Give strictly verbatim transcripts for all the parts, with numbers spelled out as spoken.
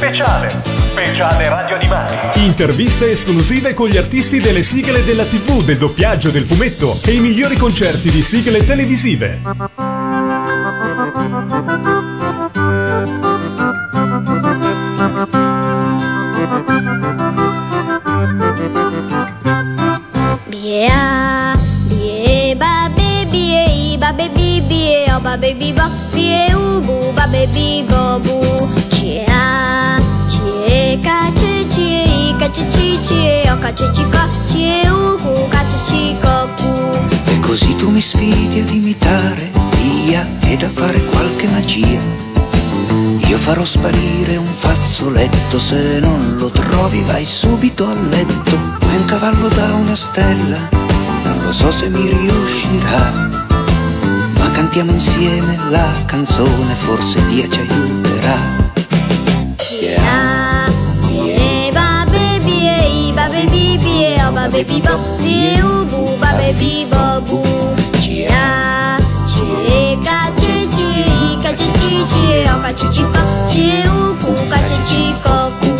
Speciale, speciale radio animati. Interviste esclusive con gli artisti delle sigle della tivù, del doppiaggio, del fumetto e i migliori concerti di sigle televisive. Bia, bie, ba, baby, e, ba, baby, bie, o, ba, baby, bo, bie, ubu, ba, baby, bobu. Cia, cie, cace, cie, cace, ci, cie, o, cace, cico, cie, ubu, cace, cico, cu. E così tu mi sfidi ad imitare, via, ed a fare qualche magia. Io farò sparire un fazzoletto, se non lo trovi vai subito a letto. Vuoi un cavallo da una stella? Non lo so se mi riuscirà, ma cantiamo insieme la canzone, forse Dio ci aiuterà. Yeah. Yeah, ba, baby, e, ba, baby, bie, o, ba, baby, bo, bie, ubu, ba, baby, bobu. Cia, cie, cace, cie, cace, ci, cie, o, cace, cico, cie, ubu, cace, cico, cu.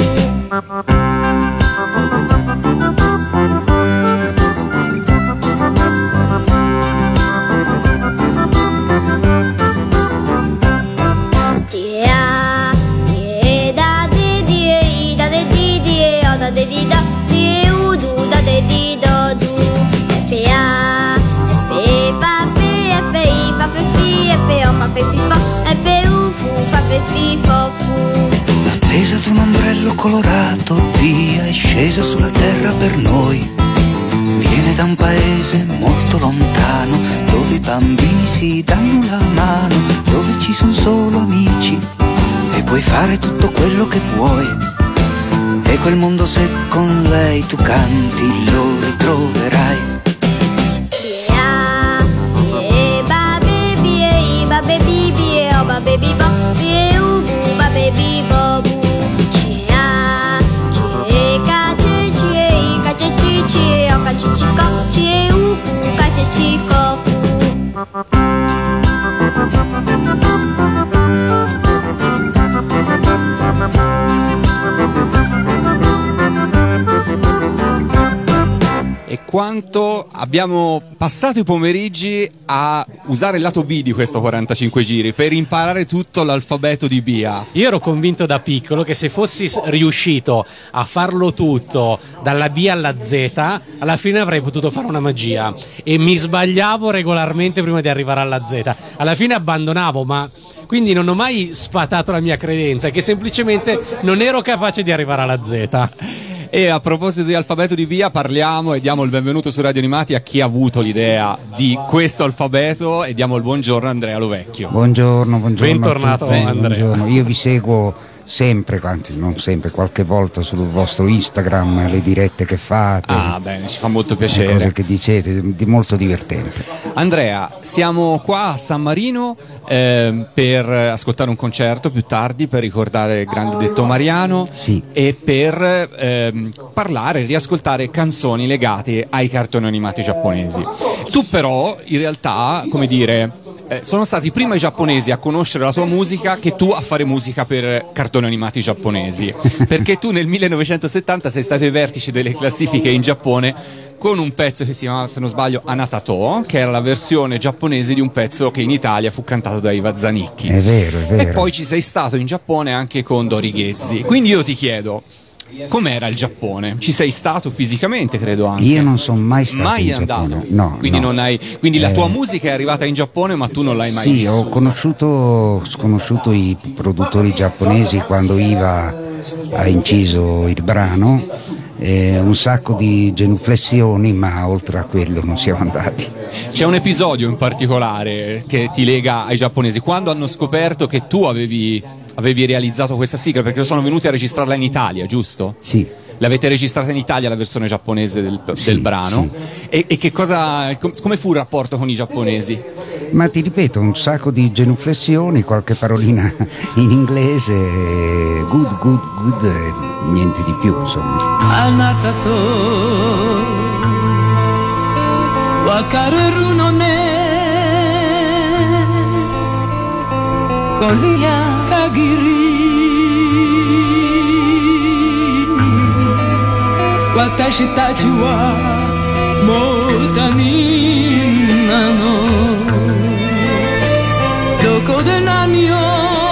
Tia, tie, da, de, die, da, de, di, die, o, da, de, di, da, die, u, du, da, de, di, do, du. F, A, F, fa, fe, F, I, fa, fe, fi, F, O, fa, fe, fi, fo, F, U, fu, fa, fe, fi, fo, fu. Appesa ad un ombrello colorato, Dio è scesa sulla terra per noi. Viene da un paese molto lontano, dove i bambini si danno la mano, dove ci sono solo amici e puoi fare tutto quello che vuoi. E quel mondo, se con lei tu canti, lo ritroverai. Yeah, yeah, ba, baby, e, ba, baby, bie, o, ba, baby, bo, bie, ubu, ba, baby, bobu. Cia, cie, cace, cie, cace, ci, cie, o, cace, cico, cie, ubu, cace, cico, cu. E quanto abbiamo passato i pomeriggi a usare il lato B di questo quarantacinque giri per imparare tutto l'alfabeto di Bia. Io ero convinto da piccolo che se fossi riuscito a farlo tutto dalla B alla Z, alla fine avrei potuto fare una magia, e mi sbagliavo regolarmente prima di arrivare alla Z. Alla fine abbandonavo, ma quindi non ho mai sfatato la mia credenza, che semplicemente non ero capace di arrivare alla Z. E a proposito di alfabeto di Bia, parliamo e diamo il benvenuto su Radio Animati a chi ha avuto l'idea di questo alfabeto, e diamo il buongiorno a Andrea Lovecchio. Buongiorno, buongiorno. Bentornato, Andrea. Buongiorno. Io vi seguo sempre, anzi non sempre, qualche volta sul vostro Instagram, le dirette che fate. Ah, bene, ci fa molto le piacere. cose che dicete, di molto divertente. Andrea, siamo qua a San Marino eh, per ascoltare un concerto più tardi, per ricordare il grande detto Mariano, sì, e per ehm, parlare, riascoltare canzoni legate ai cartoni animati giapponesi. Tu però, in realtà, come dire, eh, sono stati prima i giapponesi a conoscere la tua musica che tu a fare musica per cartoni animati giapponesi, perché tu nel millenovecentosettanta sei stato ai vertici delle classifiche in Giappone con un pezzo che si chiamava, se non sbaglio, Anatato, che era la versione giapponese di un pezzo che in Italia fu cantato da Iva Zanicchi. È vero, è vero. E poi ci sei stato in Giappone anche con Dori Ghezzi. Quindi io ti chiedo, com'era il Giappone? Ci sei stato fisicamente, credo anche. Io non sono mai stato mai in andato. Giappone. No, quindi no. non hai, quindi la Eh, tua musica è arrivata in Giappone, ma tu non l'hai mai sì, vissuta. ho conosciuto, sconosciuto i produttori giapponesi quando Iva ha inciso il brano. Eh, un sacco di genuflessioni, ma oltre a quello non siamo andati. C'è un episodio in particolare che ti lega ai giapponesi, quando hanno scoperto che tu avevi, avevi realizzato questa sigla, perché sono venuti a registrarla in Italia, giusto? Sì. L'avete registrata in Italia la versione giapponese del, Sì, del brano? sì. E, e che cosa, com, come fu il rapporto con i giapponesi? Ma ti ripeto, un sacco di genuflessioni, qualche parolina in inglese, good, good, good, e niente di più, insomma. Anatato wakareru no ne konya kagiri 私たちはもう他人なのどこで何を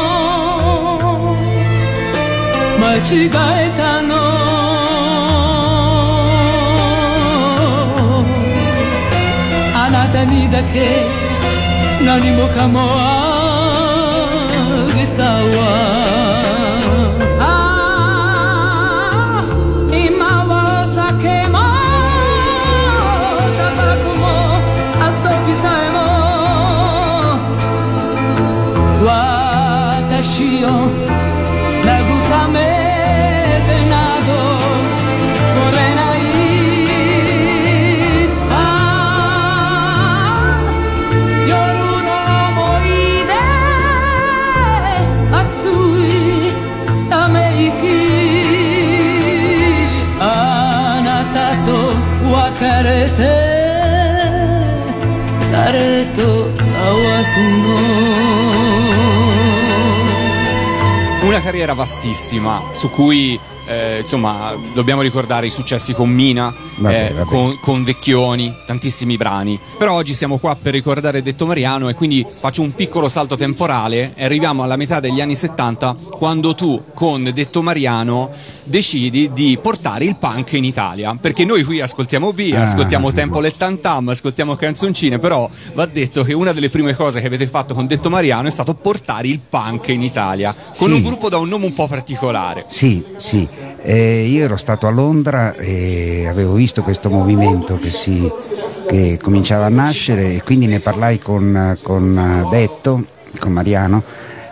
間違えたのあなたにだけ何もかもあげたわああ今は酒もタバコも遊びさえも私を慰めてなどくれないああ夜の思い出熱いため息あなたと別れて誰と合わすの Una carriera vastissima su cui eh, insomma dobbiamo ricordare i successi con Mina, Vabbè, eh, vabbè. Con, con Vecchioni, tantissimi brani. Però oggi siamo qua per ricordare Detto Mariano e quindi faccio un piccolo salto temporale e arriviamo alla metà degli anni settanta quando tu con Detto Mariano decidi di portare il punk in Italia, perché noi qui ascoltiamo B, Ah, ascoltiamo Tempo e Tantam, ascoltiamo canzoncine, però va detto che una delle prime cose che avete fatto con Detto Mariano è stato portare il punk in Italia con Sì. un gruppo da un nome un po' particolare. Sì, sì. Eh, io ero stato a Londra e avevo visto questo movimento che, si, che cominciava a nascere e quindi ne parlai con, con Detto, con Mariano,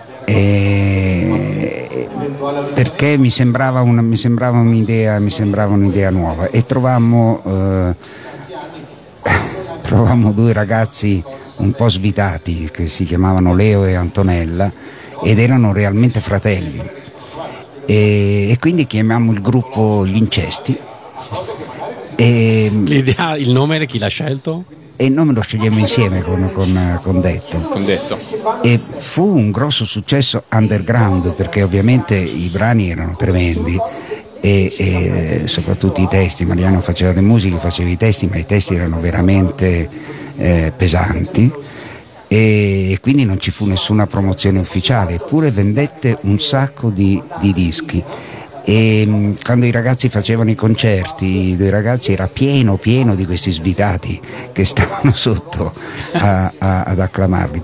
eh, perché mi sembrava, una, mi sembrava un'idea, mi sembrava un'idea nuova e trovammo, eh, trovammo due ragazzi un po' svitati che si chiamavano Leo e Antonella ed erano realmente fratelli. E, e quindi chiamiamo il gruppo Gli Incesti e, L'idea, il nome chi l'ha scelto? e il nome lo scegliamo insieme con, con, con Detto. Con Detto. E fu un grosso successo underground perché ovviamente i brani erano tremendi e, e soprattutto i testi. Mariano faceva le musiche, faceva i testi, ma i testi erano veramente eh, pesanti. E quindi non ci fu nessuna promozione ufficiale, eppure vendette un sacco di, di dischi e mh, quando i ragazzi facevano i concerti, i due ragazzi era pieno pieno di questi svitati che stavano sotto a, a, ad acclamarli.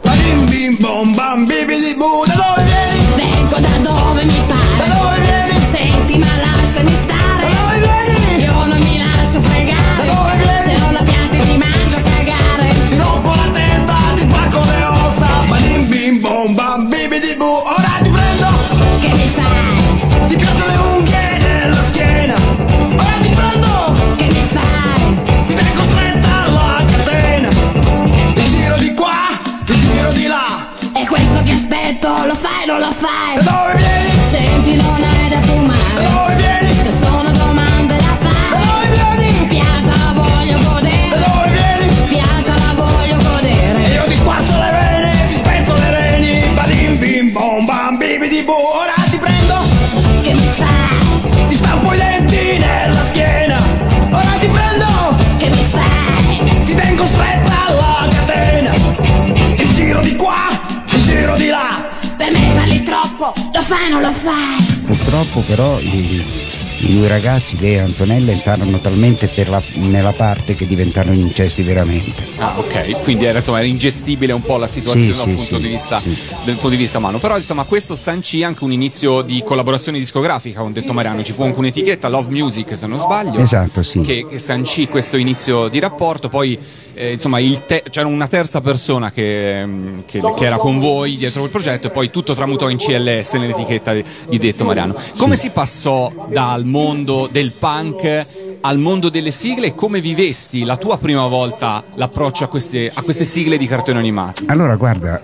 Vengo da dove mi pare. Da dove vieni? Senti ma lasciami stare. Da dove vieni? Io non mi lascio fregare. Da dove vieni? Se non la pianti ti mangio a cagare. Ti rompo la testa, ti spacco le ossa. Badim bim bom bam bibidi bu. Ora ti prendo. Che mi fai? Ti cado le unghie nella schiena. Ora ti prendo. Che mi fai? Ti tengo stretta alla catena. Ti giro di qua, ti giro di là. E questo che aspetto lo fai o non lo fai? Da dove vieni? Senti non hai da fumare. Da dove vieni? Che sono domande da fare. Da dove vieni? Pianta la voglio godere. Da dove vieni? Pianta la voglio godere. E io ti squarcio le vene, ti spezzo le reni. Badim bim bom bam bibidi bu. Ora ti prendo. Che mi fai? Ti stampo i denti nella schiena. Ora ti prendo. Che mi fai? Ti tengo stretta alla catena. Ti giro di qua, ti giro di là. Per me parli troppo, lo fai o non lo fai? Purtroppo però i, i due ragazzi, Leo e Antonella, entrarono talmente per la, nella parte che diventarono incesti veramente. Ah, ok, quindi era, insomma, era ingestibile un po' la situazione Sì, dal, sì, punto sì, di vista, sì. dal punto di vista umano. Però insomma questo sancì anche un inizio di collaborazione discografica con Detto Mariano. Ci fu anche un'etichetta, Love Music se non sbaglio, Esatto, sì. che, che sancì questo inizio di rapporto. Poi eh, insomma il te- c'era una terza persona che, che, che era con voi dietro quel progetto e poi tutto tramutò in C L S nell'etichetta di, di Detto Mariano. Come si passò dal mondo del punk al mondo delle sigle e come vivesti la tua prima volta l'approccio a queste, a queste sigle di cartoni animati? Allora guarda,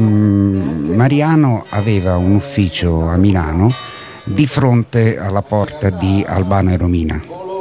ehm, Mariano aveva un ufficio a Milano di fronte alla porta di Albano e Romina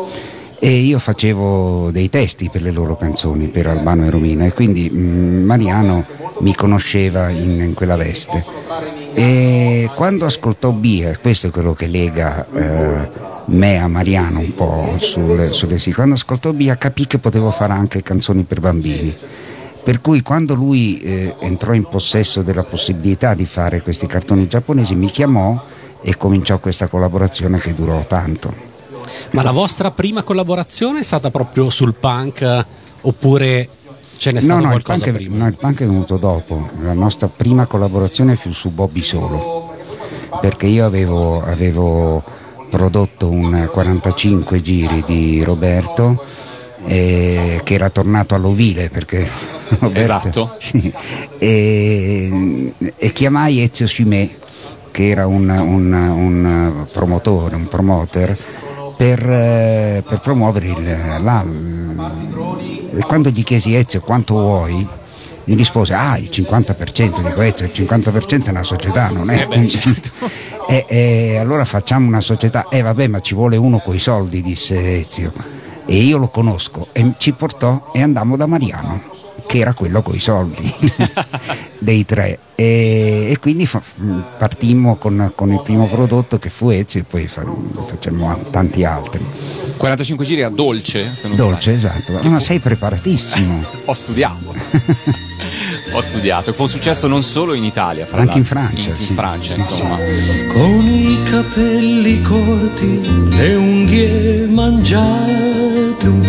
e io facevo dei testi per le loro canzoni, per Albano e Romina, e quindi mh, Mariano mi conosceva in, in quella veste. E quando ascoltò Bia, questo è quello che lega eh, me a Mariano un po' sulle, sulle sì. Quando ascoltò Bia capì che potevo fare anche canzoni per bambini, per cui quando lui eh, entrò in possesso della possibilità di fare questi cartoni giapponesi mi chiamò e cominciò questa collaborazione che durò tanto. Ma la vostra prima collaborazione è stata proprio sul punk oppure ce n'è stato no, no, qualcosa il punk, prima? No, il punk è venuto dopo. La nostra prima collaborazione fu su Bobby Solo, perché io avevo, avevo prodotto un quarantacinque giri di Roberto eh, che era tornato all'ovile perché Roberto, esatto sì, e, e chiamai Ezio Cimè, che era un, un, un promotore, un promoter per, per promuovere il, la, e quando gli chiesi Ezio quanto vuoi mi rispose ah il cinquanta per cento. Dico Ezio, il cinquanta per cento è una società, non è eh beh, certo. e, e allora facciamo una società. Eh vabbè, ma ci vuole uno coi soldi, disse Ezio, e io lo conosco, e ci portò e andammo da Mariano, che era quello coi soldi dei tre, e, e quindi fa, partimmo con, con il primo prodotto che fu Ezio e poi fa, facemmo tanti altri. quarantacinque giri a Dolce, se non Dolce, sbaglio. esatto, ma sei preparatissimo. Ho studiato. Ho studiato, fu un successo non solo in Italia, fra anche in l'altro. Francia, in, sì. in Francia, insomma. Con i capelli corti, le unghie mangiate un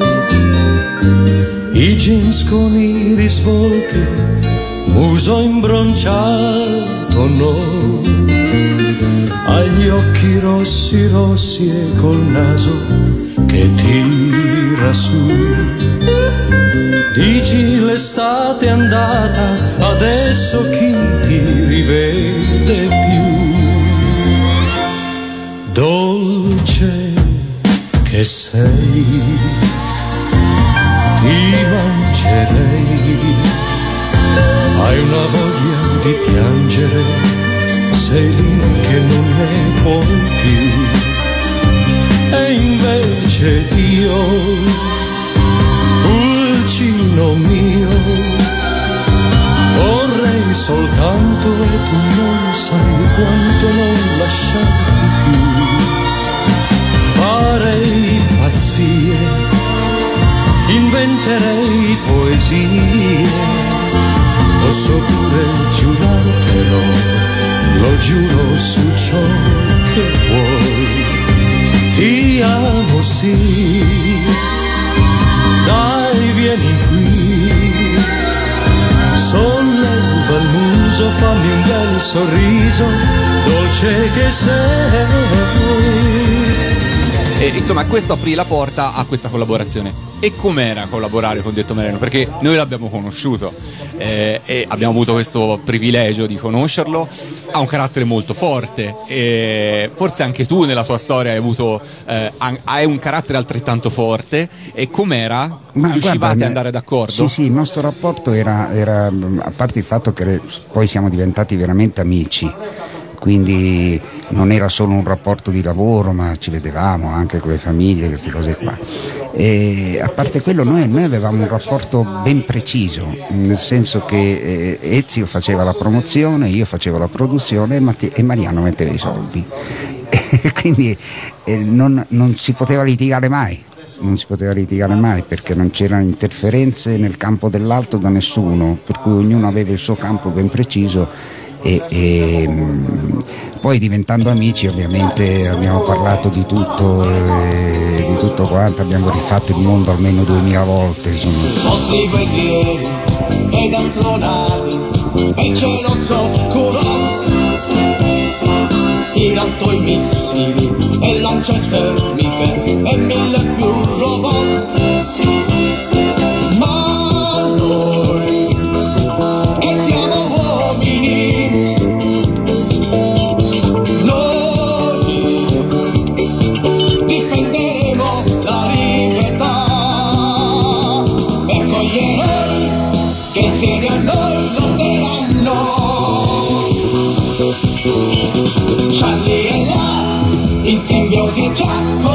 po', i jeans con i risvolti, muso imbronciato no, agli occhi rossi rossi e col naso che tira su. Dici l'estate è andata, adesso chi ti rivede più? Dolce che sei, ti mangerei, hai una voglia di piangere, sei lì che non ne puoi più. E invece io, pulcino mio, vorrei soltanto e tu non sai quanto non lasciarti più. Farei pazzie, inventerei poesie, posso pure giurartelo, lo giuro su ciò che vuoi. Ti amo sì, dai vieni qui, solleva il muso, fammi un bel sorriso, dolce che sei. E insomma questo aprì la porta a questa collaborazione. E com'era collaborare con Detto Mereno? Perché noi l'abbiamo conosciuto eh, e abbiamo avuto questo privilegio di conoscerlo. Ha un carattere molto forte e forse anche tu nella tua storia hai avuto eh, hai un carattere altrettanto forte. E com'era? Ma riuscivate guarda, ad andare d'accordo? Sì, sì, il nostro rapporto era, era, a parte il fatto che poi siamo diventati veramente amici, quindi non era solo un rapporto di lavoro, ma ci vedevamo anche con le famiglie, queste cose qua. E a parte quello noi, noi avevamo un rapporto ben preciso, nel senso che eh, Ezio faceva la promozione, io facevo la produzione e, Matti- e Mariano metteva i soldi. E quindi eh, non, non si poteva litigare mai. Non si poteva litigare mai perché non c'erano interferenze nel campo dell'altro da nessuno, per cui ognuno aveva il suo campo ben preciso. E, e mh, poi diventando amici ovviamente abbiamo parlato di tutto, eh, di tutto quanto, abbiamo rifatto il mondo almeno duemila volte, insomma. Nostri guerrieri ed astronauti e il cielo oscuro, in alto i missili e lance termiche e mille più robot. Ma noi che siamo uomini, noi difenderemo la libertà e con gli eroi che insieme a noi lotteranno. Charlie e là in simbiosi e già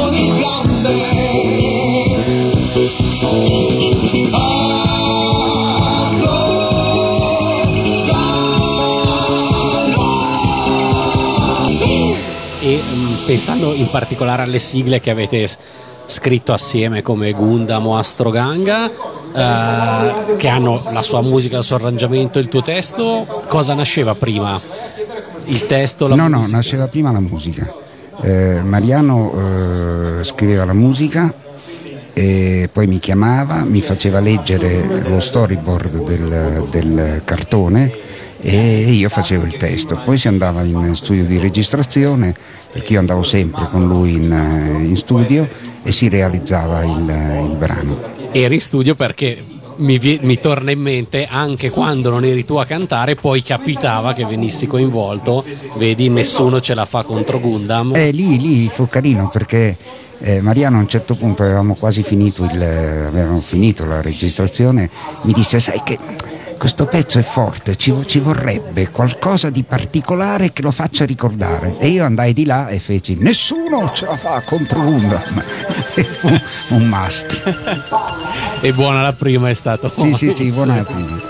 e mh, pensando in particolare alle sigle che avete s- scritto assieme come Gundam o Astroganga, eh, che hanno la sua musica, il suo arrangiamento, il tuo testo, cosa nasceva prima? Il testo, la no, musica? No, nasceva prima la musica. Eh, Mariano eh, scriveva la musica e poi mi chiamava, mi faceva leggere lo storyboard del, del cartone e io facevo il testo. Poi si andava in studio di registrazione, perché io andavo sempre con lui in, in studio, e si realizzava il, il brano. Eri in studio perché mi, vi- mi torna in mente, anche quando non eri tu a cantare, poi capitava che venissi coinvolto. Vedi, Nessuno ce la fa contro Gundam. Eh, lì, lì fu carino, perché eh, Mariano a un certo punto avevamo quasi finito, il, avevamo finito la registrazione, mi disse: sai che questo pezzo è forte, ci, ci vorrebbe qualcosa di particolare che lo faccia ricordare. E io andai di là e feci: Nessuno ce la fa contro Gundam. E fu un must. E buona la prima è stato. Sì, sì, sì, buona la prima.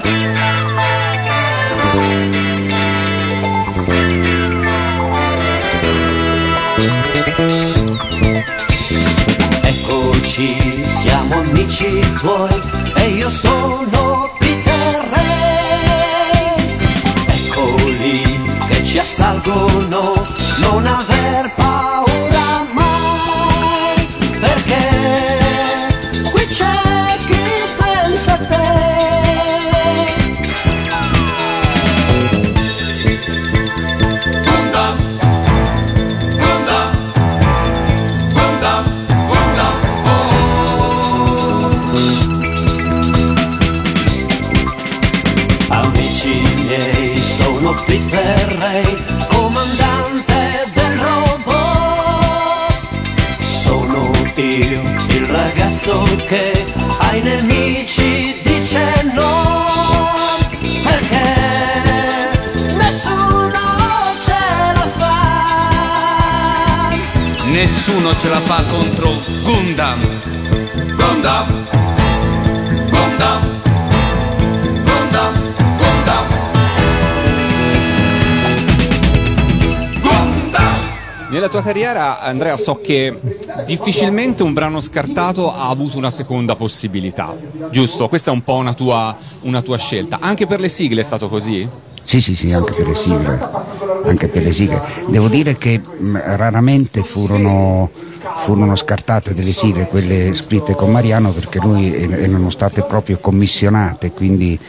Eccoci, siamo amici tuoi e io sono Peter Ray. Eccoli che ci assalgono, non aver paura mai, perché qui c'è chi pensa a te. Gundam, Gundam, Gundam, Gundam, amici miei, sono Peter Ray, comandante del robot. Sono io, il ragazzo che ai nemici dice no, perché nessuno ce la fa. Nessuno ce la fa contro Gundam. Gundam, Gundam, Gundam, Gundam, Gundam. Nella tua carriera, Andrea, so che difficilmente un brano scartato ha avuto una seconda possibilità, giusto? Questa è un po' una tua, una tua scelta. Anche per le sigle è stato così? Sì, sì, sì, anche per le sigle, anche per le sigle. Devo dire che mh, raramente furono, furono scartate delle sigle, quelle scritte con Mariano, perché lui erano state proprio commissionate, quindi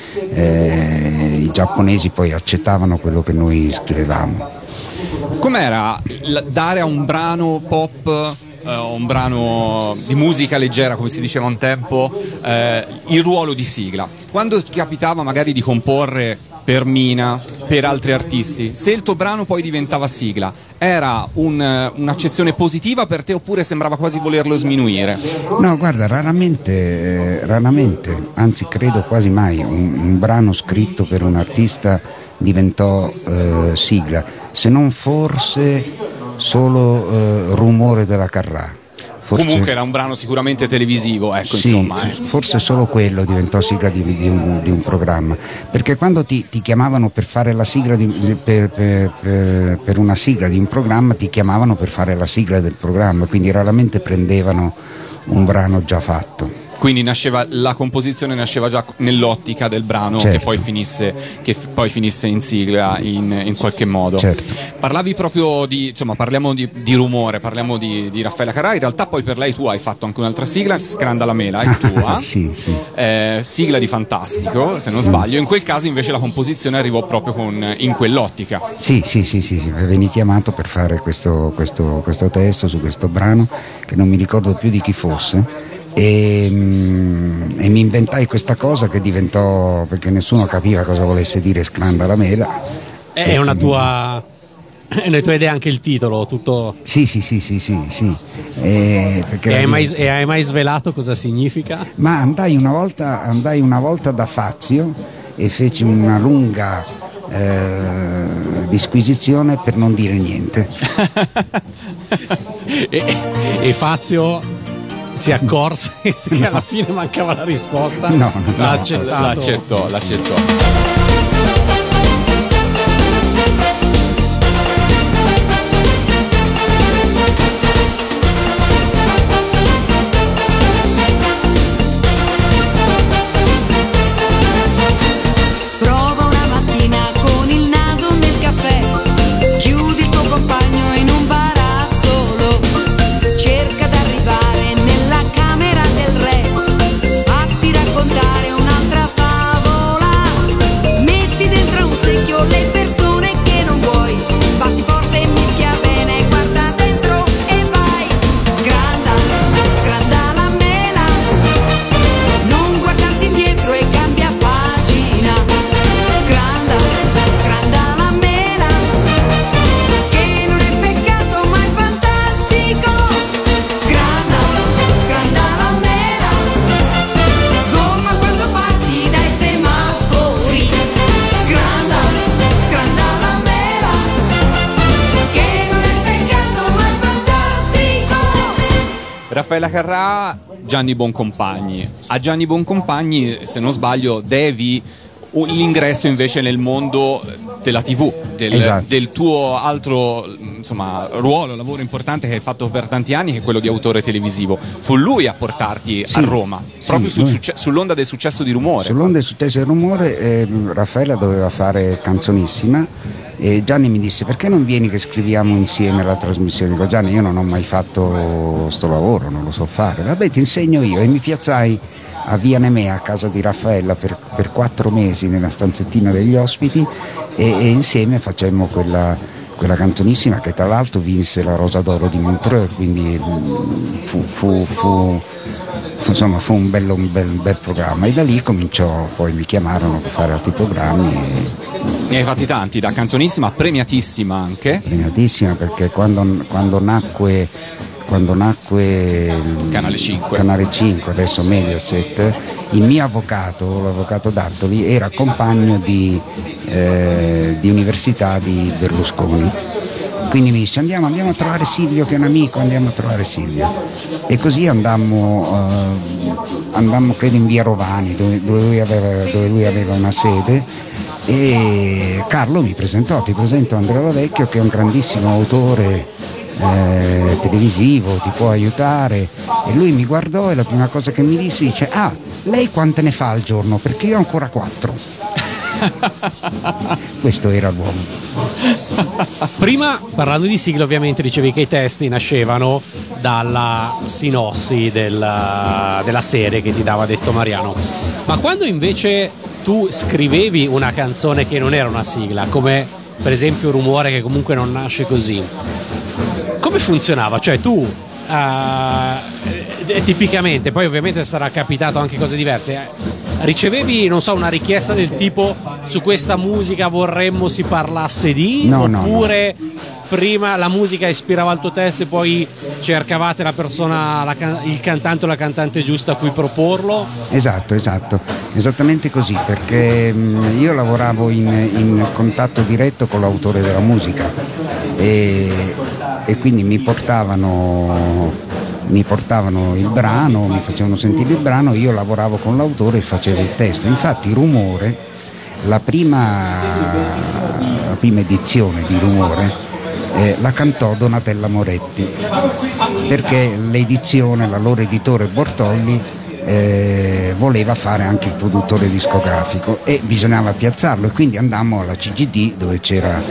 eh, i giapponesi poi accettavano quello che noi scrivevamo. Com'era l- dare a un brano pop, eh, un brano di musica leggera, come si diceva un tempo, eh, il ruolo di sigla? Quando ti capitava magari di comporre per Mina, per altri artisti, se il tuo brano poi diventava sigla, era un, un'accezione positiva per te oppure sembrava quasi volerlo sminuire? No, guarda, raramente, eh, raramente, anzi credo quasi mai, un, un brano scritto per un artista diventò eh, sigla, se non forse solo eh, Rumore della Carrà. Forse, Comunque era un brano sicuramente televisivo, ecco, sì, insomma. Eh. Forse solo quello diventò sigla di, di, un, di un programma, perché quando ti, ti chiamavano per fare la sigla di, per, per, per, per una sigla di un programma, ti chiamavano per fare la sigla del programma, quindi raramente prendevano un brano già fatto. Quindi nasceva, la composizione nasceva già nell'ottica del brano, certo, che poi finisse, che f- poi finisse in sigla in, in qualche modo. Certo. Parlavi proprio di, insomma, parliamo di, di Rumore, parliamo di, di Raffaella Carrà. In realtà poi per lei tu hai fatto anche un'altra sigla, Scranda la mela, è tua. sì, sì. Eh, sigla di Fantastico, se non sbaglio. In quel caso invece la composizione arrivò proprio con, in quell'ottica. Sì, sì, sì, sì, sì. Veni chiamato per fare questo, questo, questo testo su questo brano, che non mi ricordo più di chi fosse. E, e mi inventai questa cosa che diventò, perché nessuno capiva cosa volesse dire Scranda la mela. È una tua, è una tua idea anche il titolo, tutto. Sì, sì, sì, sì, sì, sì. E, e, hai mai, e hai mai svelato cosa significa? Ma andai una volta, andai una volta da Fazio e feci una lunga eh, disquisizione per non dire niente. e, e Fazio si accorse che no, alla fine mancava la risposta. No, no, l'ha no, accettato. L'accettò, l'accettò. Raffaella Carrà, Gianni Boncompagni. A Gianni Boncompagni, se non sbaglio, devi l'ingresso invece nel mondo della tivù, del, esatto. del tuo altro insomma ruolo, lavoro importante che hai fatto per tanti anni, che è quello di autore televisivo. Fu lui a portarti sì, a Roma, sì, proprio sul lui, succe- sull'onda del successo di Rumore. Sull'onda del successo di Rumore, eh, Raffaella doveva fare Canzonissima e Gianni mi disse: perché non vieni che scriviamo insieme la trasmissione? Dico: Gianni, io non ho mai fatto sto lavoro, non lo so fare. Vabbè, ti insegno io. E mi piazzai a Via Nemea, a casa di Raffaella, per, per quattro mesi nella stanzettina degli ospiti e, e insieme facemmo quella, quella Canzonissima, che tra l'altro vinse la Rosa d'Oro di Montreux, quindi fu, fu, fu, fu, insomma, fu un, bello, un bel, bel programma, e da lì cominciò, poi mi chiamarono per fare altri programmi. E... ne hai fatti tanti, da Canzonissima, premiatissima anche. Premiatissima perché quando, quando nacque quando nacque Canale cinque. Canale cinque, adesso Mediaset, il mio avvocato, l'avvocato Dattoli, era compagno di, eh, di università di Berlusconi. Quindi mi disse: andiamo, andiamo a trovare Silvio che è un amico, andiamo a trovare Silvio. E così andammo, eh, andammo credo in via Rovani, dove, dove, lui aveva, dove lui aveva una sede, e Carlo mi presentò: ti presento Andrea Lavecchio, che è un grandissimo autore Eh, televisivo, ti può aiutare. E lui mi guardò e la prima cosa che mi disse, dice: ah, lei quante ne fa al giorno? Perché io ho ancora quattro. Questo era l'uomo. Prima, parlando di sigle, ovviamente dicevi che i testi nascevano dalla sinossi della, della serie che ti dava detto Mariano, ma quando invece tu scrivevi una canzone che non era una sigla, come per esempio Rumore, che comunque non nasce così, come funzionava? Cioè tu uh, eh, tipicamente, poi ovviamente sarà capitato anche cose diverse, eh, ricevevi, non so, una richiesta del tipo: su questa musica vorremmo si parlasse di, no, oppure no, no. prima la musica ispirava il tuo testo e poi cercavate la persona, la can- il cantante o la cantante giusta a cui proporlo? Esatto, esatto, esattamente così, perché mh, io lavoravo in, in contatto diretto con l'autore della musica e, e quindi mi portavano, mi portavano il brano, mi facevano sentire il brano, io lavoravo con l'autore e facevo il testo. Infatti Rumore, la prima, la prima edizione di Rumore, Eh, la cantò Donatella Moretti, perché l'edizione, la loro editore Bortolli eh, voleva fare anche il produttore discografico e bisognava piazzarlo, e quindi andammo alla C G D, dove c'era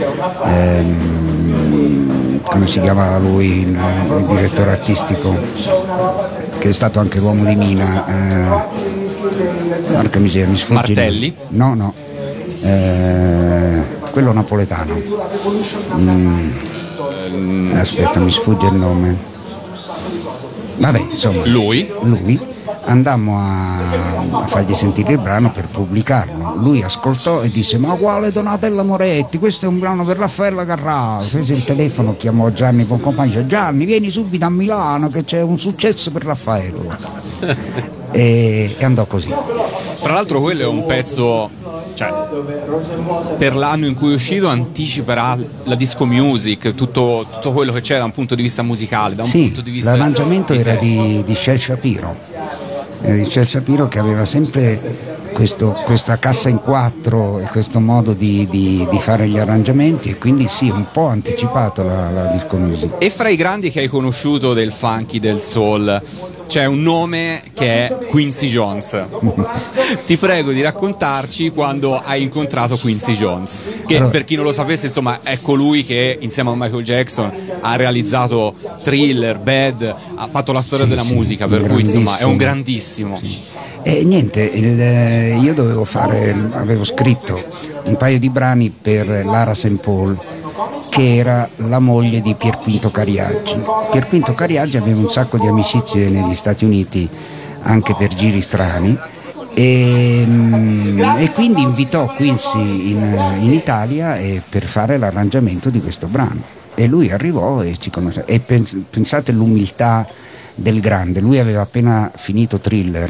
ehm, come si chiamava lui, il, il direttore artistico, che è stato anche l'uomo di Mina, eh, porca miseria, mi sfugge. Martelli? No, no. Eh, quello napoletano. Mm. Aspetta, mi sfugge il nome. Vabbè, insomma. Lui? Lui. Andammo a, a fargli sentire il brano per pubblicarlo. Lui ascoltò e disse: ma quale Donatella Moretti? Questo è un brano per Raffaella Carrà. Prese il telefono, chiamò Gianni Boncompagni, dice: Gianni, vieni subito a Milano che c'è un successo per Raffaella. e, e andò così. Fra l'altro quello è un pezzo, cioè, per l'anno in cui è uscito anticiperà la disco music, tutto, tutto quello che c'è da un punto di vista musicale, da un sì, punto di vista l'arrangiamento di era testo. di, di Shel Shapiro, era di Shel Shapiro, che aveva sempre questo, questa cassa in quattro e questo modo di, di, di fare gli arrangiamenti, e quindi sì, un po' anticipato la, la disco music. E fra i grandi che hai conosciuto del funky, del soul, c'è un nome che è Quincy Jones. Ti prego di raccontarci quando hai incontrato Quincy Jones, che allora, per chi non lo sapesse, insomma, è colui che insieme a Michael Jackson ha realizzato Thriller, Bad, ha fatto la storia sì, della sì, musica, per cui insomma è un grandissimo. Sì. E niente, il, io dovevo fare, avevo scritto un paio di brani per Lara Saint Paul, che era la moglie di Pierquinto Cariaggi. Pierquinto Cariaggi aveva un sacco di amicizie negli Stati Uniti, anche per giri strani, e, e quindi invitò Quincy in, in Italia e per fare l'arrangiamento di questo brano. E lui arrivò e ci conosceva. E pensate l'umiltà del grande, lui aveva appena finito Thriller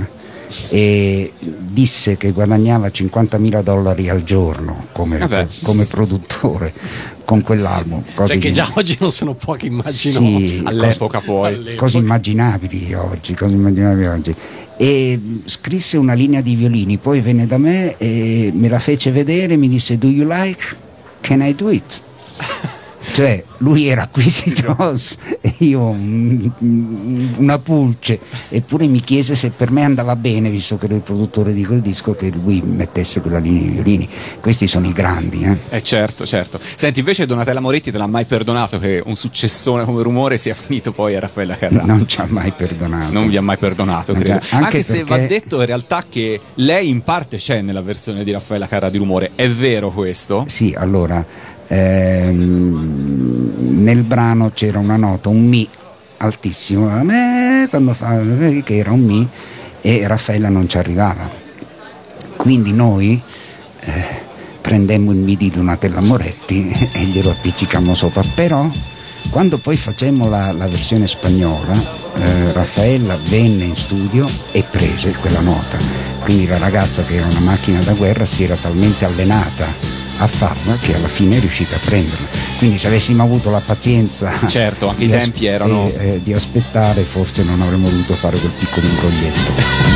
e disse che guadagnava cinquantamila dollari al giorno come, come produttore con quell'album. Cioè che già oggi non sono pochi, immagino, sì, all'epoca cose, poi. All'epoca. Cose immaginabili oggi, cose immaginabili oggi. E scrisse una linea di violini, poi venne da me e me la fece vedere, mi disse "Do you like? Can I do it?" Cioè lui era Quincy Jones e io un, una pulce, eppure mi chiese se per me andava bene, visto che ero il produttore di quel disco, che lui mettesse quella linea di violini. Questi sono i grandi, eh? Eh certo, certo. Senti, invece Donatella Moretti te l'ha mai perdonato che un successone come Rumore sia finito poi a Raffaella Carrà? Non ci ha mai perdonato. Non vi ha mai perdonato, credo. Anche, Anche se perché... va detto in realtà che lei in parte c'è nella versione di Raffaella Carrà di Rumore, è vero questo? Sì, allora ehm, nel brano c'era una nota, un mi altissimo, a me quando fa, che era un mi, e Raffaella non ci arrivava, quindi noi eh, prendemmo il mi di Donatella Moretti e glielo appiccicammo sopra. Però quando poi facemmo la, la versione spagnola, eh, Raffaella venne in studio e prese quella nota, quindi la ragazza, che era una macchina da guerra, si era talmente allenata a farla che alla fine è riuscita a prenderla. Quindi se avessimo avuto la pazienza, certo, anche i as- tempi erano eh, eh, di aspettare, forse non avremmo dovuto fare quel piccolo imbroglietto.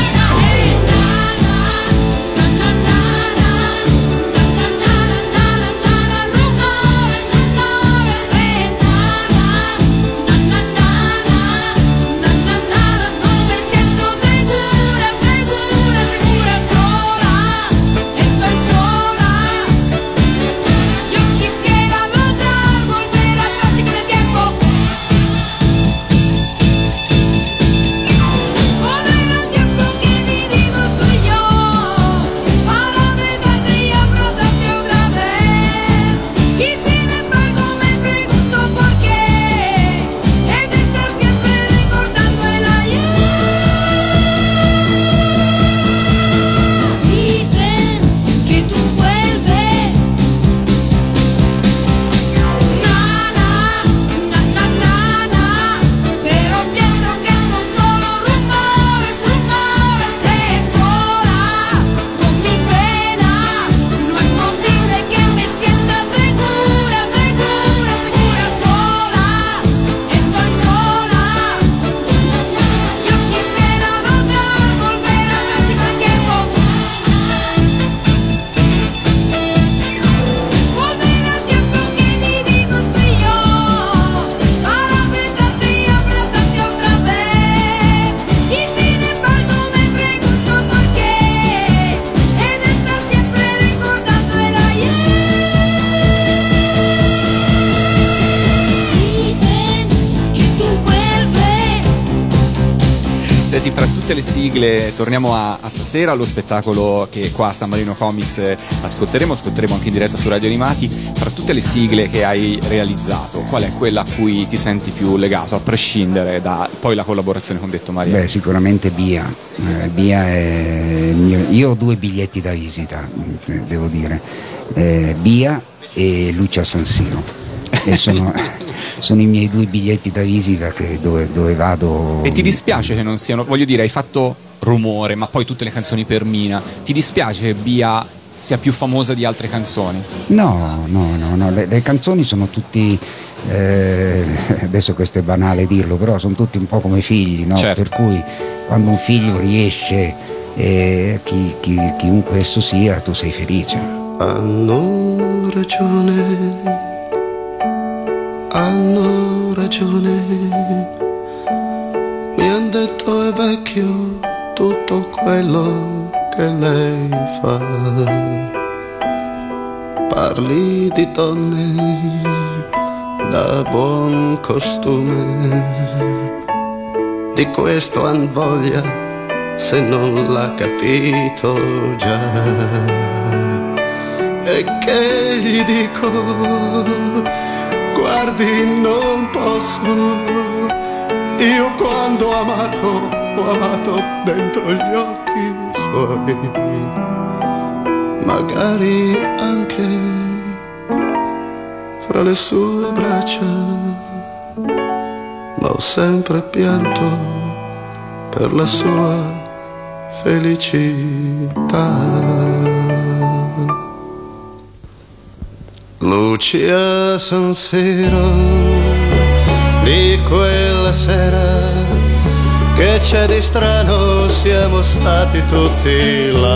Fra tutte le sigle, torniamo a, a stasera allo spettacolo che qua a San Marino Comics eh, ascolteremo, ascolteremo anche in diretta su Radio Animati. Fra tutte le sigle che hai realizzato, qual è quella a cui ti senti più legato, a prescindere da poi la collaborazione con Detto Maria? Beh, sicuramente Bia. Eh, Bia è mio... Io ho due biglietti da visita, devo dire, eh, Bia e Lucia San Siro. E sono, sono i miei due biglietti da visita che dove, dove vado. E ti dispiace che non siano, voglio dire, hai fatto Rumore, ma poi tutte le canzoni per Mina, ti dispiace che Bia sia più famosa di altre canzoni? No, no, no, no. Le, le canzoni sono tutti, eh, adesso questo è banale dirlo, però sono tutti un po' come figli, no? Certo. Per cui quando un figlio riesce, eh, chi, chi, chiunque esso sia, tu sei felice. Hanno ragione, hanno ragione, mi han detto è vecchio tutto quello che lei fa. Parli di donne da buon costume, di questo han voglia se non l'ha capito già. E che gli dico? Guardi, non posso, io quando ho amato, ho amato dentro gli occhi suoi, magari anche fra le sue braccia, ma ho sempre pianto per la sua felicità. Lucia San Siro, di quella sera, che c'è di strano, siamo stati tutti là.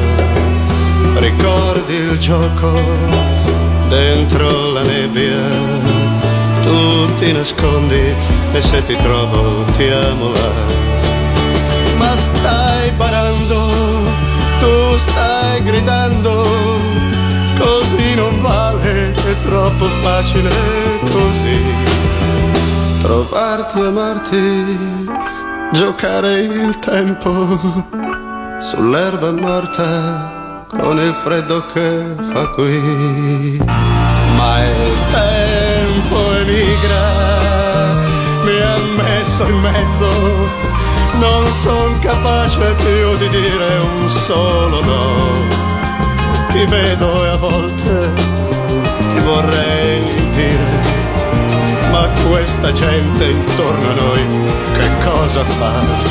Ricordi il gioco dentro la nebbia, tu ti nascondi e se ti trovo ti amo là. Ma stai parando, tu stai gridando, così non vale, è troppo facile così. Trovarti, amarti, giocare il tempo sull'erba morta con il freddo che fa qui. Ma il tempo emigra, mi ha messo in mezzo, non son capace più di dire un solo no. Ti vedo e a volte ti vorrei dire, ma questa gente intorno a noi che cosa fa?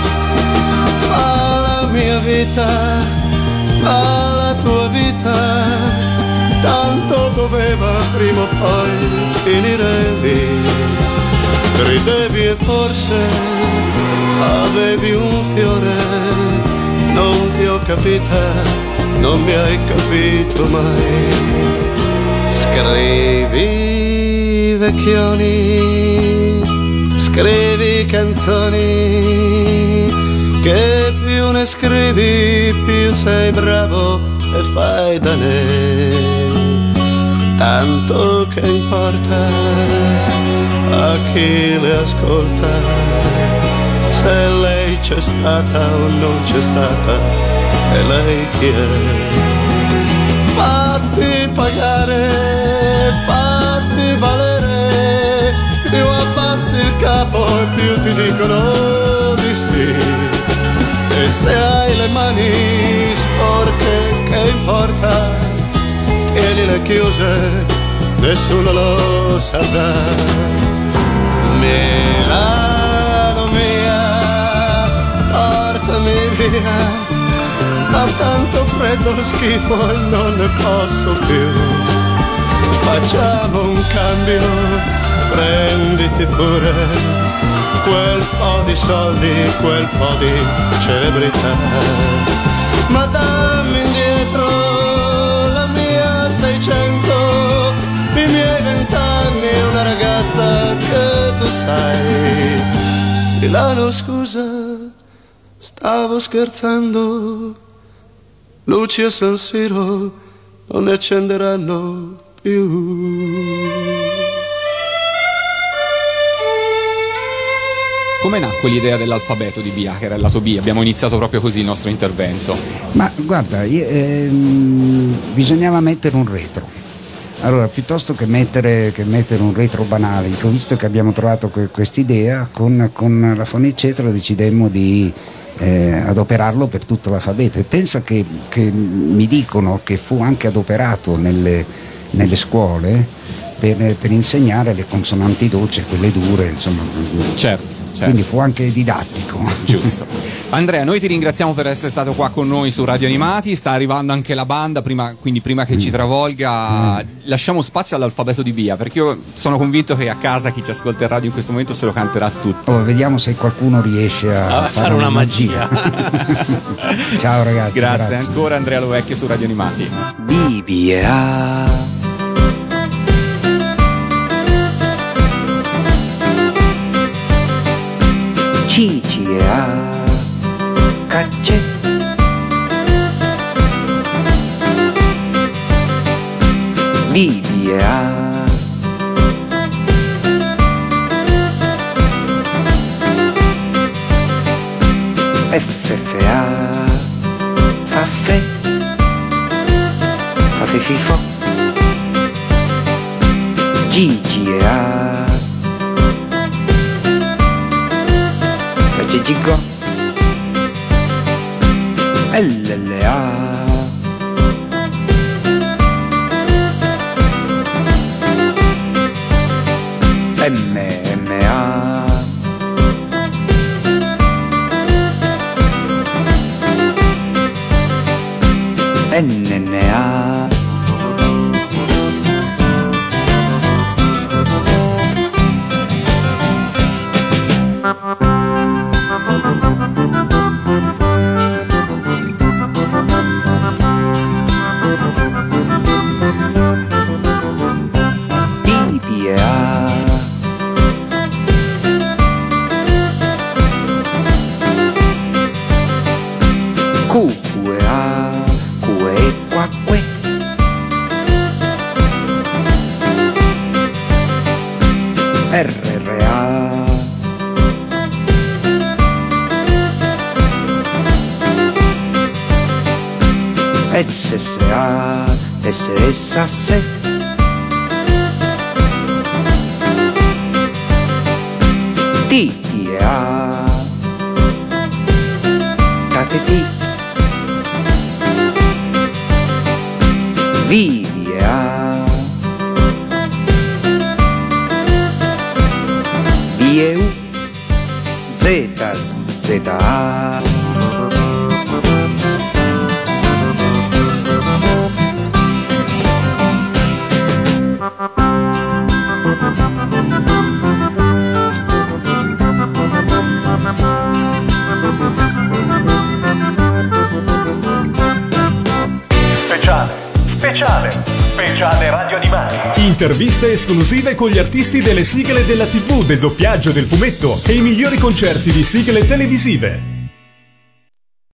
Fa la mia vita, fa la tua vita, tanto doveva prima o poi finire lì. Ridevi e forse avevi un fiore, non ti ho capita, non mi hai capito mai. Scrivi vecchioni, scrivi canzoni, che più ne scrivi più sei bravo e fai da ne. Tanto che importa a chi le ascolta, se lei c'è stata o non c'è stata, e lei chi è? Fatti pagare, fatti valere, più abbassi il capo e più ti dicono di sì. E se hai le mani sporche, che importa? Tienile chiuse, nessuno lo saprà. Milano mia, portami via, fa tanto freddo, schifo e non ne posso più. Facciamo un cambio, prenditi pure quel po' di soldi, quel po' di celebrità. Ma dammi indietro la mia seicento, i miei vent'anni e una ragazza che tu sai. Milano scusa, stavo scherzando, luci a San Siro non ne accenderanno più. Come nacque l'idea dell'alfabeto di Bia, che era il lato B? Abbiamo iniziato proprio così il nostro intervento. Ma guarda, io, ehm, bisognava mettere un retro. Allora, piuttosto che mettere, che mettere un retro banale, ho visto che abbiamo trovato que- quest'idea, con, con la Fonicetra decidemmo di eh, adoperarlo per tutto l'alfabeto. E pensa che, che mi dicono che fu anche adoperato nelle, nelle scuole per, per insegnare le consonanti dolci, quelle dure, insomma. Certo. Certo. Quindi fu anche didattico. Giusto. Andrea, noi ti ringraziamo per essere stato qua con noi su Radio Animati. Sta arrivando anche la banda, prima, quindi prima che mm. ci travolga mm. lasciamo spazio all'alfabeto di Bia, perché io sono convinto che a casa chi ci ascolta il radio in questo momento se lo canterà tutto. Oh, vediamo se qualcuno riesce a, a fare, fare una, una magia, magia. Ciao ragazzi. Grazie, grazie ancora Andrea Lovecchio su Radio Animati. B B E A C C E A Cacce B B E A F F A Faffe Faffe Fifo G G E A Gigo L L A M M A S S A, S S A, S T T A, Tate T, V V A, V E U, Z Z A. Speciale, speciale, speciale Radio Animati. Interviste esclusive con gli artisti delle sigle della tivù, del doppiaggio, del fumetto e i migliori concerti di sigle televisive.